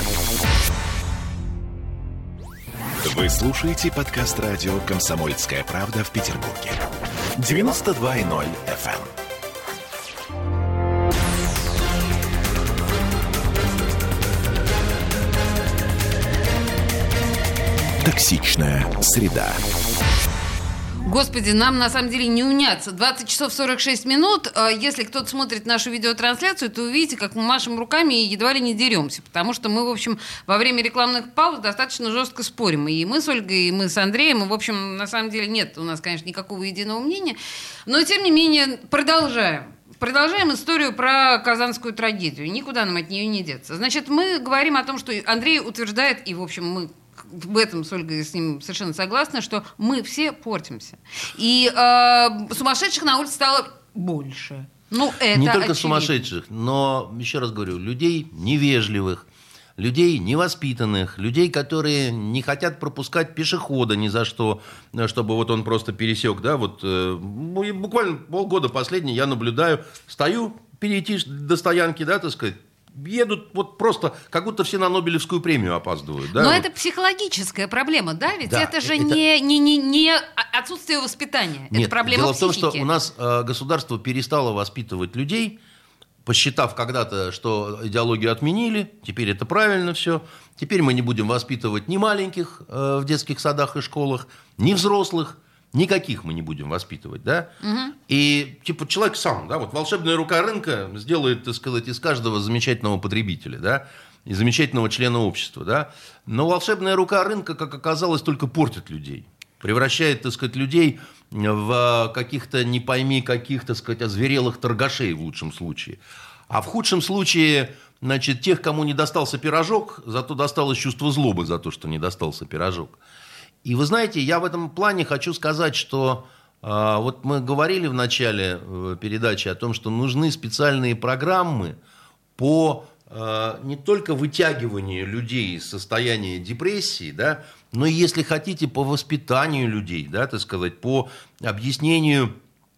Вы слушаете подкаст радио «Комсомольская правда» в Петербурге. 92.0 FM. Токсичная среда. Господи, нам на самом деле не уняться. 20 часов 46 минут. Если кто-то смотрит нашу видеотрансляцию, то увидите, как мы машем руками и едва ли не деремся. Потому что мы, в общем, во время рекламных пауз достаточно жестко спорим. И мы с Ольгой, и мы с Андреем. И, в общем, на самом деле нет у нас, конечно, никакого единого мнения. Но, тем не менее, продолжаем. Продолжаем историю про казанскую трагедию. Никуда нам от нее не деться. Значит, мы говорим о том, что Андрей утверждает, и, в общем, мы в этом с Ольгой с ним совершенно согласны, что мы все портимся. И сумасшедших на улице стало больше. Это не только очевидно. сумасшедших, но, еще раз говорю, людей невежливых, людей невоспитанных, людей, которые не хотят пропускать пешехода ни за что, чтобы вот он просто пересек. Да, буквально полгода последний я наблюдаю, стою, перейти до стоянки, да, так сказать, едут просто, как будто все на Нобелевскую премию опаздывают. Да? Но это психологическая проблема, да? Ведь это же не отсутствие воспитания. Нет, это проблема дело психики. в том, что у нас государство перестало воспитывать людей, посчитав когда-то, что идеологию отменили, теперь это правильно все. Теперь мы не будем воспитывать ни маленьких в детских садах и школах, ни взрослых. Никаких мы не будем воспитывать, да? Угу. И человек сам, да, волшебная рука рынка сделает, так сказать, из каждого замечательного потребителя, да, и замечательного члена общества, да. Но волшебная рука рынка, как оказалось, только портит людей, превращает, так сказать, людей в каких-то, не пойми каких, так сказать, озверелых торгашей в лучшем случае. А в худшем случае, значит, тех, кому не достался пирожок, зато досталось чувство злобы за то, что не достался пирожок. И вы знаете, я в этом плане хочу сказать, что вот мы говорили в начале передачи о том, что нужны специальные программы по не только вытягиванию людей из состояния депрессии, да, но и, если хотите, по воспитанию людей, да, так сказать, по объяснению,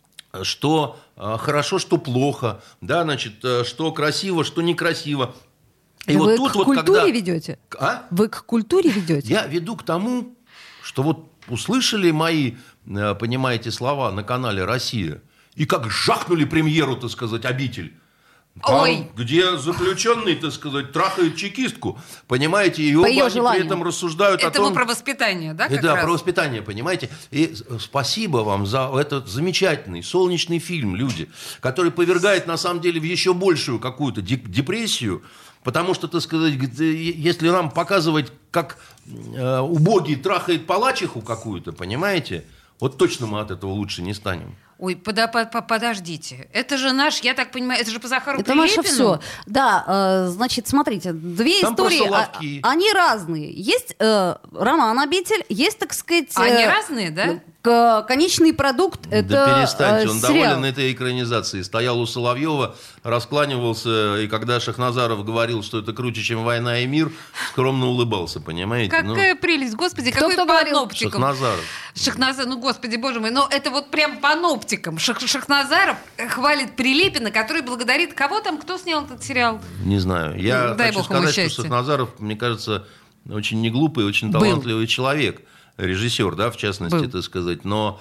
что хорошо, что плохо, да, значит, что красиво, что некрасиво. И вы к культуре ведете? А? Вы к культуре ведете? Я веду к тому, что услышали мои, понимаете, слова на канале «Россия», и как жахнули премьеру, так сказать, «Обитель». Там, где заключенный, так сказать, трахает чекистку, понимаете, и оба они при этом рассуждают о том... Это про воспитание, да, как да, раз? Про воспитание, понимаете. И спасибо вам за этот замечательный, солнечный фильм, люди, который повергает, на самом деле, в еще большую какую-то депрессию, потому что, так сказать, если нам показывать, как убогий трахает палачиху какую-то, понимаете, вот точно мы от этого лучше не станем. Ой, подождите. Это же наш, я так понимаю, это же по Захару Прилепину? Это наше все. Да, значит, смотрите, две там истории, они разные. Есть роман «Обитель», есть, так сказать... Они разные, да? Конечный продукт — это да перестаньте, он сериал. доволен этой экранизацией. Стоял у Соловьева, раскланивался, и когда Шахназаров говорил, что это круче, чем «Война и мир», скромно улыбался, понимаете? Какая прелесть, господи, какой паноптиком. Шахназаров, господи, боже мой, но это вот прям паноптиком. Шахназаров хвалит Прилепина, который благодарит кого там, кто снял этот сериал? Не знаю. Я хочу сказать, что Шахназаров, мне кажется, очень неглупый, очень талантливый человек. Режиссер, да, в частности, так сказать, но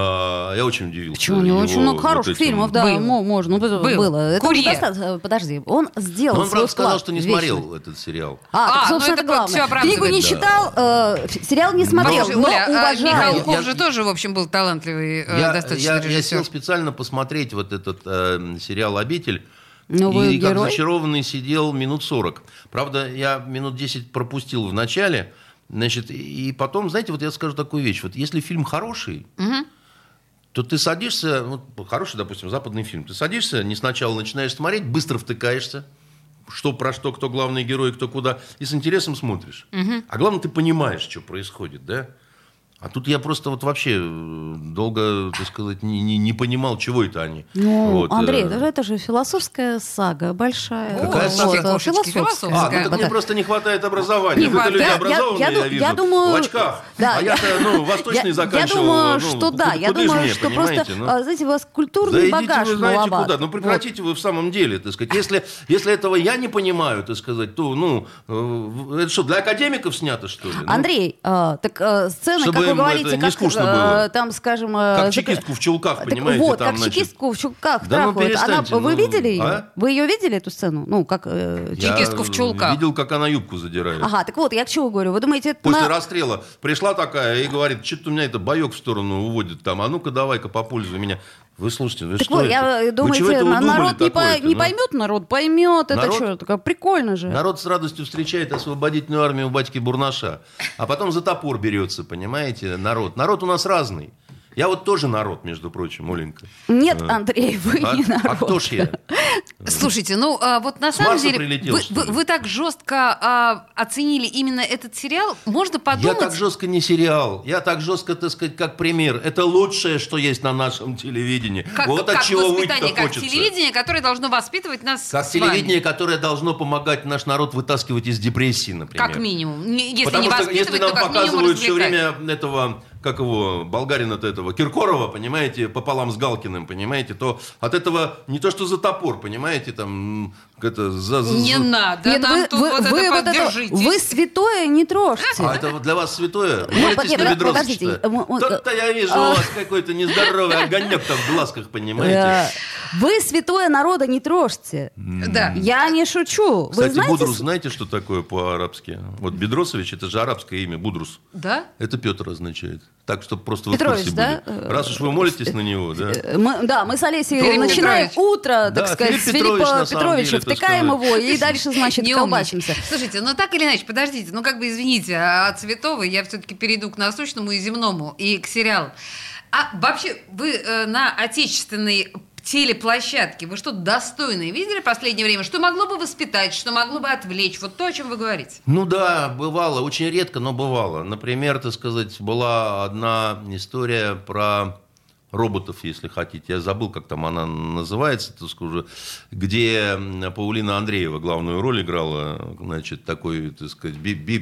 я очень удивился. Почему? У него очень много хороших фильмов, да, можно, было. Это подожди, он сделал свой вклад. Он, правда, сказал, что не смотрел этот сериал. Так, собственно, это главное. Книгу не читал, сериал не смотрел, но уважаю. Михалков же тоже, в общем, был талантливый достаточно режиссер. Я сел специально посмотреть вот этот сериал «Обитель». Ну, вы И как герой? зачарованный сидел минут 40. Правда, я минут 10 пропустил в начале. Значит, и потом, знаете, вот я скажу такую вещь. Вот если фильм хороший, то ты садишься, вот хороший, допустим, западный фильм, ты садишься, не сначала начинаешь смотреть, быстро втыкаешься, что про что, кто главный герой, кто куда, и с интересом смотришь. А главное, ты понимаешь, что происходит, да? А тут я просто вот вообще долго, так сказать, не понимал, чего это они. Ну, Вот, Андрей, это же философская сага большая. Какая сага? Кошечки, Философская. ну так мне просто не хватает образования. Вы-то люди образованные, я вижу, я думаю, в очках. да, А я-то, восточный заканчивал. Я думаю, что да. Я думаю, что просто, знаете, у вас культурный багаж Да идите вы знаете маловат. куда. Ну, прекратите вы в самом деле, так сказать. Если этого я не понимаю, так сказать, то, это что, для академиков снято, что ли? Андрей, сцены, чтобы как вы им говорите, это не как скучно было. там, скажем... Как чекистку в чулках, понимаете? Вот, там, как значит. чекистку в чулках Да ну, трахают. перестаньте, Вы видели ее? а? Вы ее видели, эту сцену? Ну, как... Чекистку в чулках. Я видел, как она юбку задирает. Ага, так вот, я к чему говорю. Вы думаете, это После расстрела пришла такая и говорит, что-то у меня это боек в сторону уводит там, а ну-ка давай-ка попользуй меня. Вы слушайте, вы Так что вот, это? думаете, Вы чего это удумали народ не такое-то, поймет, народ поймет. Это Народ? что, такое прикольно же. Народ с радостью встречает освободительную армию у батьки Бурнаша, а потом за топор берется, понимаете, народ. Народ у нас разный. Я вот тоже народ, между прочим, Оленька. Нет, Андрей, вы не народ. А кто ж я? Слушайте, вот на самом Марса деле прилетел, что ли? вы так жестко оценили именно этот сериал. Можно Я подумать... так жестко не сериал. Я так жестко, так сказать, как пример. Это лучшее, что есть на нашем телевидении. Вот от чего воспитание, выть-то как хочется. телевидение, которое должно воспитывать нас Как с вами. телевидение, которое должно помогать наш народ вытаскивать из депрессии, например. Как минимум. Если Потому не что воспитывать, если то нам как минимум показывают все развлекать. время этого, как его, болгарина-то этого, Киркорова, понимаете, пополам с Галкиным, понимаете, то от этого не то что за топор, понимаете, там, это, Не надо, Нет, нам тут вот это поддержите. вы святое не трожьте. А это вот для вас святое? Молитесь нет, на ведро подождите, сочетать. Тут-то я вижу, у вас какой-то нездоровый огонек там в глазках, понимаете? Вы святое народа не трожьте. Да. Я не шучу. Вы Кстати, знаете, Будрус, знаете, что такое по-арабски? Вот Бедросович, это же арабское име, Будрус. Да? Это Петр означает. Так, чтобы просто вы в Петрович, курсе да? были. Раз уж вы молитесь на него, да? мы с Олесей Филипп начинаем Петрович. утро, так Да, сказать, Филипп с Петрович, Филиппа на самом Петровича, деле, так втыкаем сказать. его и дальше, значит, Не колбасимся. умничай. Слушайте, так или иначе, подождите, извините, от святого я все-таки перейду к насущному и земному, и к сериалу. А вообще, вы на отечественной телеплощадке, вы что-то достойное видели в последнее время? Что могло бы воспитать, что могло бы отвлечь? Вот то, о чем вы говорите. Ну да, бывало, очень редко, но бывало. Например, так сказать, была одна история про роботов, если хотите. Я забыл, как там она называется, так сказать, где Паулина Андреева главную роль играла, значит, такой, так сказать,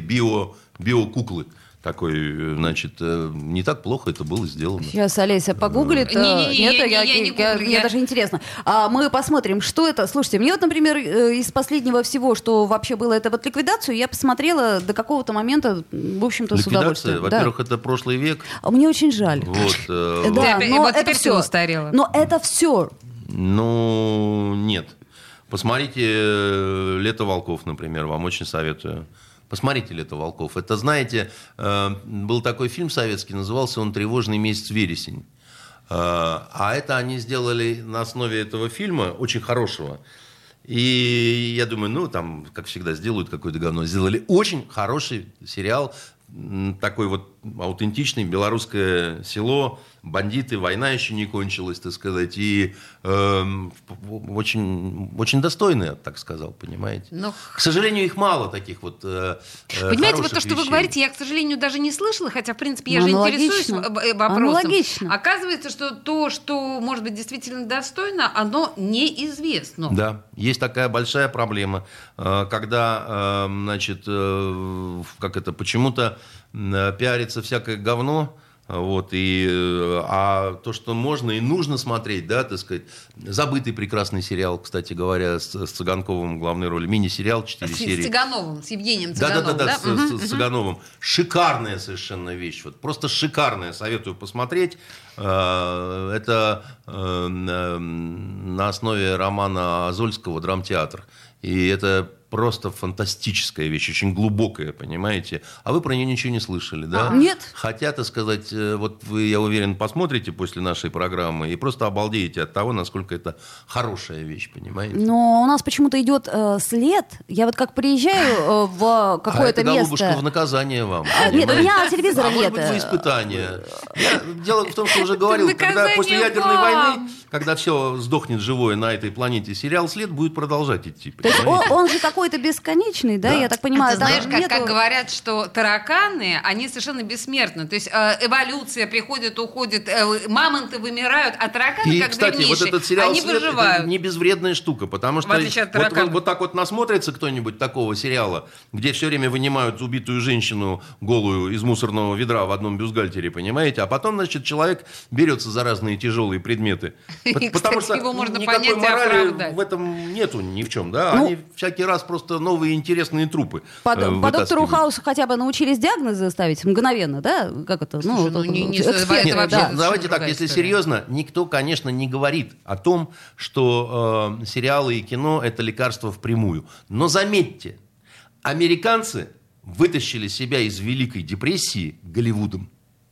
биокуклы. Такой, значит, не так плохо это было сделано. Сейчас Олеся погуглит. Не-не-не, Нет, я не гуглю, мне я- даже интересно. Мы посмотрим, что это. Слушайте, мне вот, например, из последнего всего, что вообще было, это вот ликвидацию, я посмотрела до какого-то момента, в общем-то, с Ликвидация, удовольствием. во-первых, это прошлый век. Да. Мне очень жаль. Вот, Да, Ты- но вот это теперь все. ты устарела. Но это все. Ну, нет. Посмотрите «Лето волков», например, вам очень советую. Посмотрите «Лето волков». Это, знаете, был такой фильм советский, назывался он «Тревожный месяц вересень». А это они сделали на основе этого фильма, очень хорошего. И я думаю, там, как всегда, сделают какое-то говно. Сделали очень хороший сериал, такой вот аутентичный, белорусское село, бандиты, война еще не кончилась, так сказать, и очень, очень достойные, я бы так сказал, понимаете. Но- К сожалению, их мало таких вот Понимаете, вот то, что вы вещей. говорите, я, к сожалению, даже не слышала, хотя, в принципе, я Ну, же аналогично. интересуюсь вопросом. Аналогично. Оказывается, что то, что, может быть, действительно достойно, оно неизвестно. Да, есть такая большая проблема, когда, значит, почему-то пиарится всякое говно, вот, а то, что можно и нужно смотреть, да, так сказать, забытый прекрасный сериал, кстати говоря, с Цыганковым в главной роли, мини-сериал, 4 серии. С Цыгановым, с Евгением Цыгановым, Да, да? с Цыгановым. Шикарная совершенно вещь. Вот, просто шикарная. Советую посмотреть. Это на основе романа Азольского «Драмтеатр». И это просто фантастическая вещь, очень глубокая, понимаете? А вы про нее ничего не слышали, да? Нет. Хотя, так сказать, вот вы, я уверен, посмотрите после нашей программы и просто обалдеете от того, насколько это хорошая вещь, понимаете? Но у нас почему-то идет след. Я вот как приезжаю в какое-то это, место... голубушка, в наказание вам. Нет, у меня телевизора может нет. быть, в испытание. Дело в том, что уже говорил, когда наказание после ядерной вам. войны, когда все сдохнет живое на этой планете, сериал «След» будет продолжать идти. То есть он же какой-то бесконечный, да, я так понимаю. Ты знаешь, как говорят, что тараканы, они совершенно бессмертны. То есть эволюция приходит, уходит, мамонты вымирают, а тараканы, И, как кстати, вот древнейшие, этот сериал они «След» — это выживают. не безвредная штука, потому что В отличие от тараканов. вот так вот насмотрится кто-нибудь такого сериала, где все время вынимают убитую женщину голую из мусорного ведра в одном бюстгальтере, понимаете, а потом, значит, человек берется за разные тяжелые предметы. И, Потому кстати, что его можно никакой понять и морали оправдать. в этом нету ни в чем, да? Ну, Они всякий раз просто новые интересные трупы По доктору вытаскивают. Хаусу хотя бы научились диагнозы ставить мгновенно, да? Как это? Слушай, ну, не эксперты, это вообще- да. Нет, давайте так, другая если история. серьезно, никто, конечно, не говорит о том, что сериалы и кино – это лекарство впрямую. Но заметьте, американцы вытащили себя из Великой депрессии Голливудом.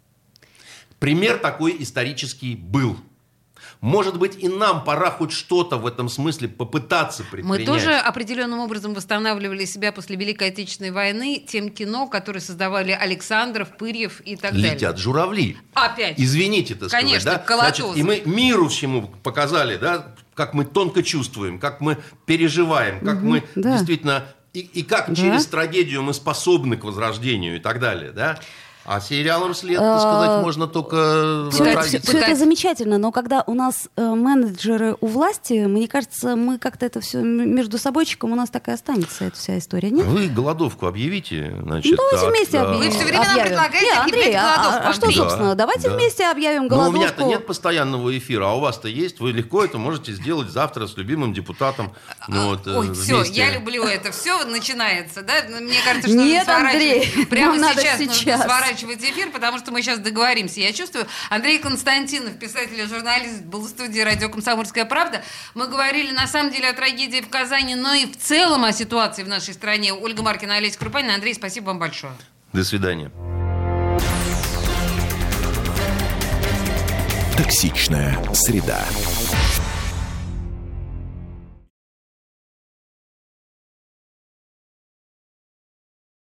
Пример такой исторический был. Может быть, и нам пора хоть что-то в этом смысле попытаться предпринять. Мы тоже определенным образом восстанавливали себя после Великой Отечественной войны тем кино, которое создавали Александров, Пырьев и так далее. Летят журавли. Опять. Извините, так Конечно, сказать, да? Колотозов. Значит, и мы миру всему показали, да, как мы тонко чувствуем, как мы переживаем, как мы да. действительно и как через трагедию мы способны к возрождению и так далее, да? А сериалом «След», так сказать, можно только Все отравить. это замечательно, но когда у нас менеджеры у власти, мне кажется, мы как-то это все между собойчиком, у нас так и останется эта вся история, нет? Вы голодовку объявите, значит. Давайте вместе объявим. Вы все время нам объявим. предлагаете Не, Андрей, объявить голодовку, а что, Андрей? собственно, давайте Да. вместе объявим Но у голодовку. меня-то нет постоянного эфира, а у вас-то есть. Вы легко это можете сделать завтра с любимым депутатом. Ой, все, вместе. я люблю это. Все начинается, да? Мне кажется, что Нет, нужно Андрей, сворачивать. Прямо нам надо сейчас нужно сейчас. сворачивать эфир, потому что мы сейчас договоримся. Я чувствую. Андрей Константинов, писатель и журналист, был в студии «Радио Комсомольская правда». Мы говорили, на самом деле, о трагедии в Казани, но и в целом о ситуации в нашей стране. Ольга Маркина, Олеся Крупанина. Андрей, спасибо вам большое. До свидания. Токсичная среда.